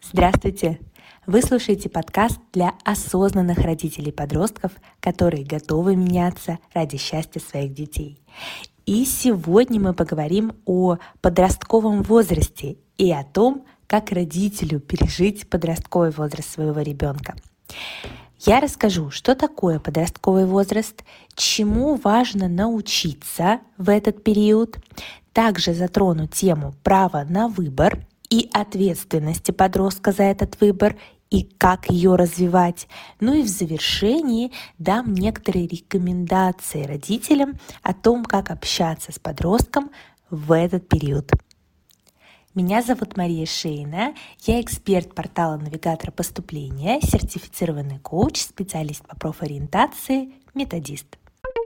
Здравствуйте! Вы слушаете подкаст для осознанных родителей-подростков, которые готовы меняться ради счастья своих детей. И сегодня мы поговорим о подростковом возрасте и о том, как родителю пережить подростковый возраст своего ребенка. Я расскажу, что такое подростковый возраст, чему важно научиться в этот период. Также затрону тему права на выбор и ответственности подростка за этот выбор и как ее развивать. Ну и в завершении дам некоторые рекомендации родителям о том, как общаться с подростком в этот период. Меня зовут Мария Шейна, я эксперт портала навигатора поступления, сертифицированный коуч, специалист по профориентации, методист.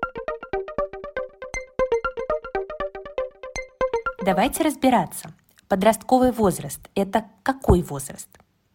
Давайте разбираться. Подростковый возраст – это какой возраст?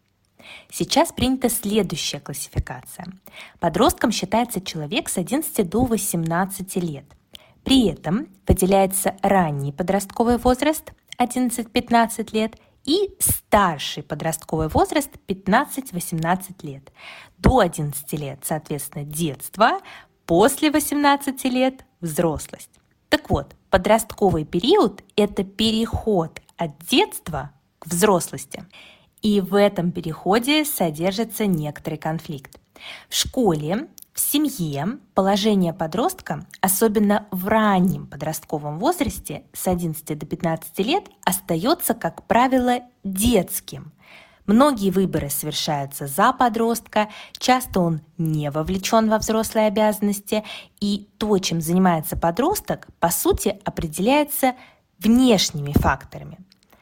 Сейчас принята следующая классификация. Подростком считается человек с 11 до 18 лет. При этом выделяется ранний подростковый возраст – 11-15 лет и старший подростковый возраст 15-18 лет. До 11 лет, соответственно, детство, после 18 лет – взрослость. Так вот, подростковый период – это переход от детства к взрослости. И в этом переходе содержится некоторый конфликт. В школе, в семье положение подростка, особенно в раннем подростковом возрасте с 11 до 15 лет, остается, как правило, детским. Многие выборы совершаются за подростка, часто он не вовлечен во взрослые обязанности, и то, чем занимается подросток, по сути, определяется внешними факторами.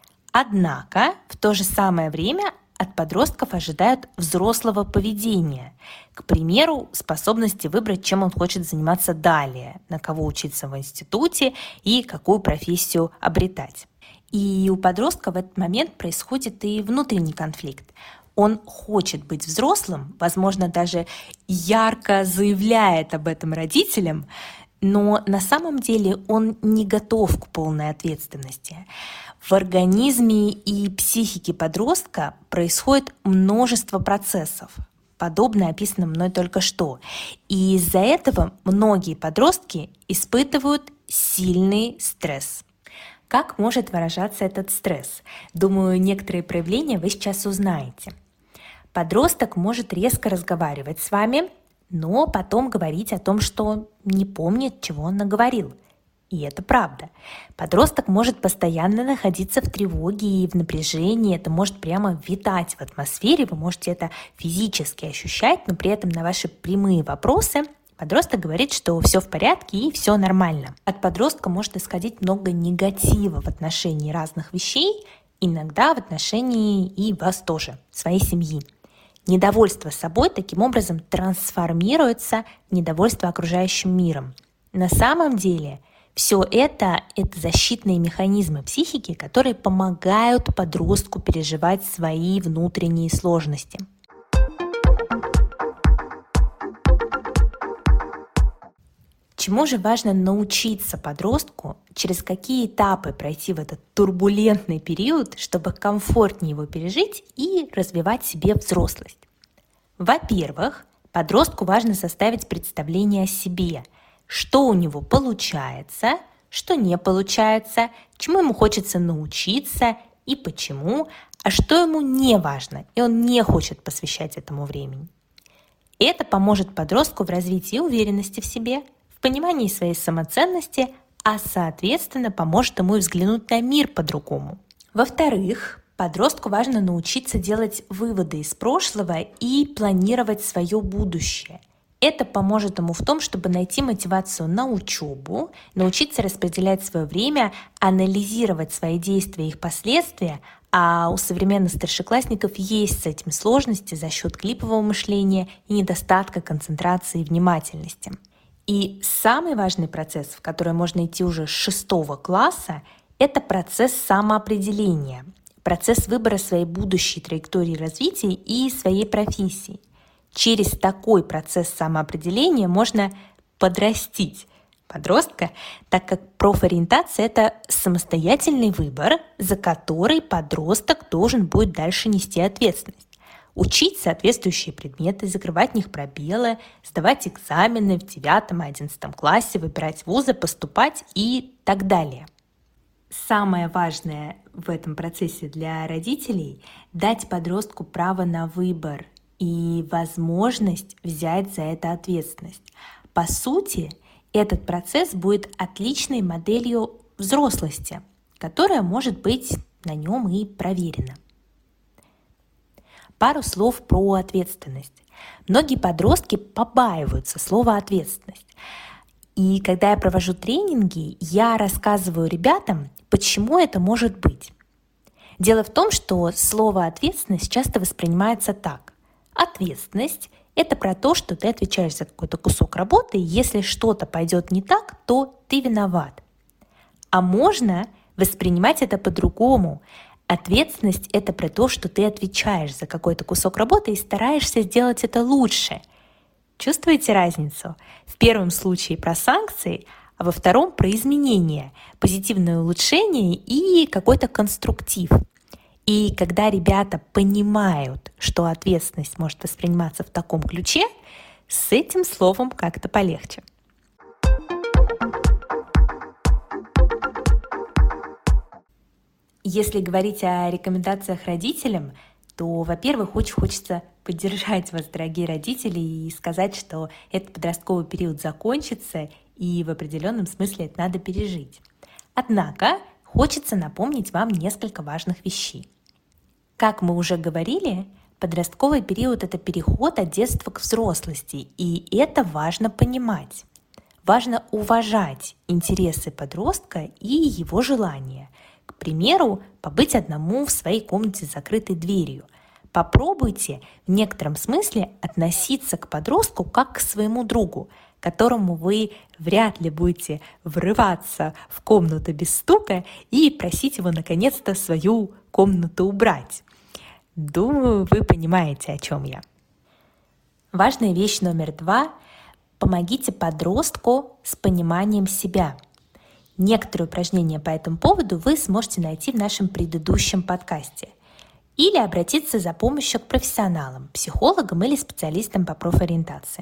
Однако в то же самое время от подростков ожидают взрослого поведения. К примеру, способности выбрать, чем он хочет заниматься далее, на кого учиться в институте и какую профессию обретать. И у подростка в этот момент происходит и внутренний конфликт. Он хочет быть взрослым, возможно, даже ярко заявляет об этом родителям, но на самом деле он не готов к полной ответственности. В организме и психике подростка происходит множество процессов, подобно описанным мной только что. И из-за этого многие подростки испытывают сильный стресс. Как может выражаться этот стресс? Думаю, некоторые проявления вы сейчас узнаете. Подросток может резко разговаривать с вами, но потом говорить о том, что не помнит, чего он наговорил. И это правда. Подросток может постоянно находиться в тревоге и в напряжении. Это может прямо витать в атмосфере. Вы можете это физически ощущать, но при этом на ваши прямые вопросы подросток говорит, что все в порядке и все нормально. От подростка может исходить много негатива в отношении разных вещей, иногда в отношении и вас тоже, своей семьи. Недовольство собой таким образом трансформируется в недовольство окружающим миром. На самом деле все это защитные механизмы психики, которые помогают подростку переживать свои внутренние сложности. Чему же важно научиться подростку, через какие этапы пройти в этот турбулентный период, чтобы комфортнее его пережить и развивать в себе взрослость? Во-первых, подростку важно составить представление о себе, что у него получается, что не получается, чему ему хочется научиться и почему, а что ему не важно, и он не хочет посвящать этому времени. Это поможет подростку в развитии уверенности в себе, в понимании своей самоценности, а соответственно поможет ему и взглянуть на мир по-другому. Во-вторых, подростку важно научиться делать выводы из прошлого и планировать свое будущее. Это поможет ему в том, чтобы найти мотивацию на учебу, научиться распределять свое время, анализировать свои действия и их последствия, а у современных старшеклассников есть с этим сложности за счет клипового мышления и недостатка концентрации и внимательности. И самый важный процесс, в который можно идти уже с 6 класса, это процесс самоопределения, процесс выбора своей будущей траектории развития и своей профессии. Через такой процесс самоопределения можно подрастить, подростка, так как профориентация – это самостоятельный выбор, за который подросток должен будет дальше нести ответственность. Учить соответствующие предметы, закрывать в них пробелы, сдавать экзамены в 9 и 11 классе, выбирать вузы, поступать и так далее. Самое важное в этом процессе для родителей – дать подростку право на выбор и возможность взять за это ответственность. По сути, этот процесс будет отличной моделью взрослости, которая может быть на нем и проверена. Пару слов про ответственность. Многие подростки побаиваются слова «ответственность». И когда я провожу тренинги, я рассказываю ребятам, почему это может быть. Дело в том, что слово «ответственность» часто воспринимается так. Ответственность – это про то, что ты отвечаешь за какой-то кусок работы, и если что-то пойдет не так, то ты виноват. А можно воспринимать это по-другому. Ответственность – это про то, что ты отвечаешь за какой-то кусок работы и стараешься сделать это лучше. Чувствуете разницу? В первом случае про санкции, а во втором про изменения, позитивное улучшение и какой-то конструктив. И когда ребята понимают, что ответственность может восприниматься в таком ключе, с этим словом как-то полегче. Если говорить о рекомендациях родителям, то, во-первых, очень хочется поддержать вас, дорогие родители, и сказать, что этот подростковый период закончится, и в определенном смысле это надо пережить. Однако хочется напомнить вам несколько важных вещей. Как мы уже говорили, подростковый период – это переход от детства к взрослости, и это важно понимать. Важно уважать интересы подростка и его желания. К примеру, побыть одному в своей комнате с закрытой дверью. Попробуйте в некотором смысле относиться к подростку как к своему другу, которому вы вряд ли будете врываться в комнату без стука и просить его наконец-то свою комнату убрать. Думаю, вы понимаете, о чем я. Важная вещь номер 2 – помогите подростку с пониманием себя. Некоторые упражнения по этому поводу вы сможете найти в нашем предыдущем подкасте или обратиться за помощью к профессионалам, психологам или специалистам по профориентации.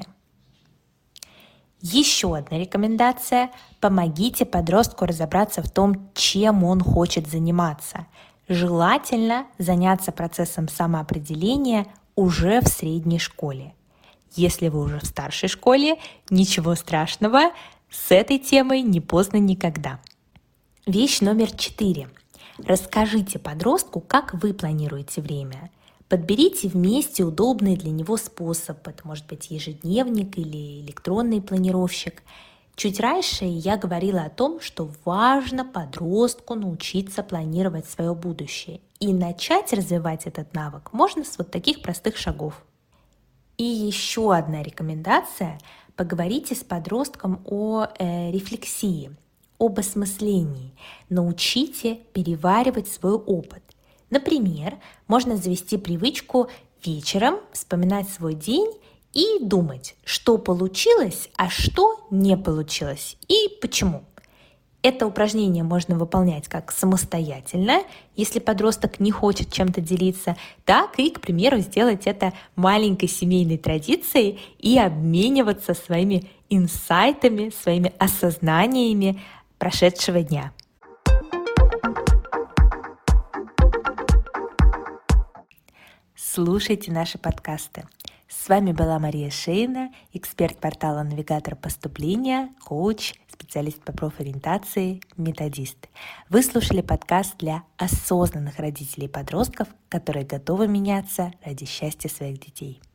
Еще одна рекомендация – помогите подростку разобраться в том, чем он хочет заниматься. Желательно заняться процессом самоопределения уже в средней школе. Если вы уже в старшей школе, ничего страшного, с этой темой не поздно никогда. Вещь номер 4. Расскажите подростку, как вы планируете время. Подберите вместе удобный для него способ. Это может быть ежедневник или электронный планировщик. Чуть раньше я говорила о том, что важно подростку научиться планировать свое будущее. И начать развивать этот навык можно с вот таких простых шагов. И еще одна рекомендация – поговорите с подростком о рефлексии, об осмыслении. Научите переваривать свой опыт. Например, можно завести привычку вечером вспоминать свой день и думать, что получилось, а что не получилось и почему. Это упражнение можно выполнять как самостоятельно, если подросток не хочет чем-то делиться, так и, к примеру, сделать это маленькой семейной традицией и обмениваться своими инсайтами, своими осознаниями прошедшего дня. Слушайте наши подкасты. С вами была Мария Шейна, эксперт портала «Навигатор поступления», коуч, специалист по профориентации, методист. Вы слушали подкаст для осознанных родителей и подростков, которые готовы меняться ради счастья своих детей.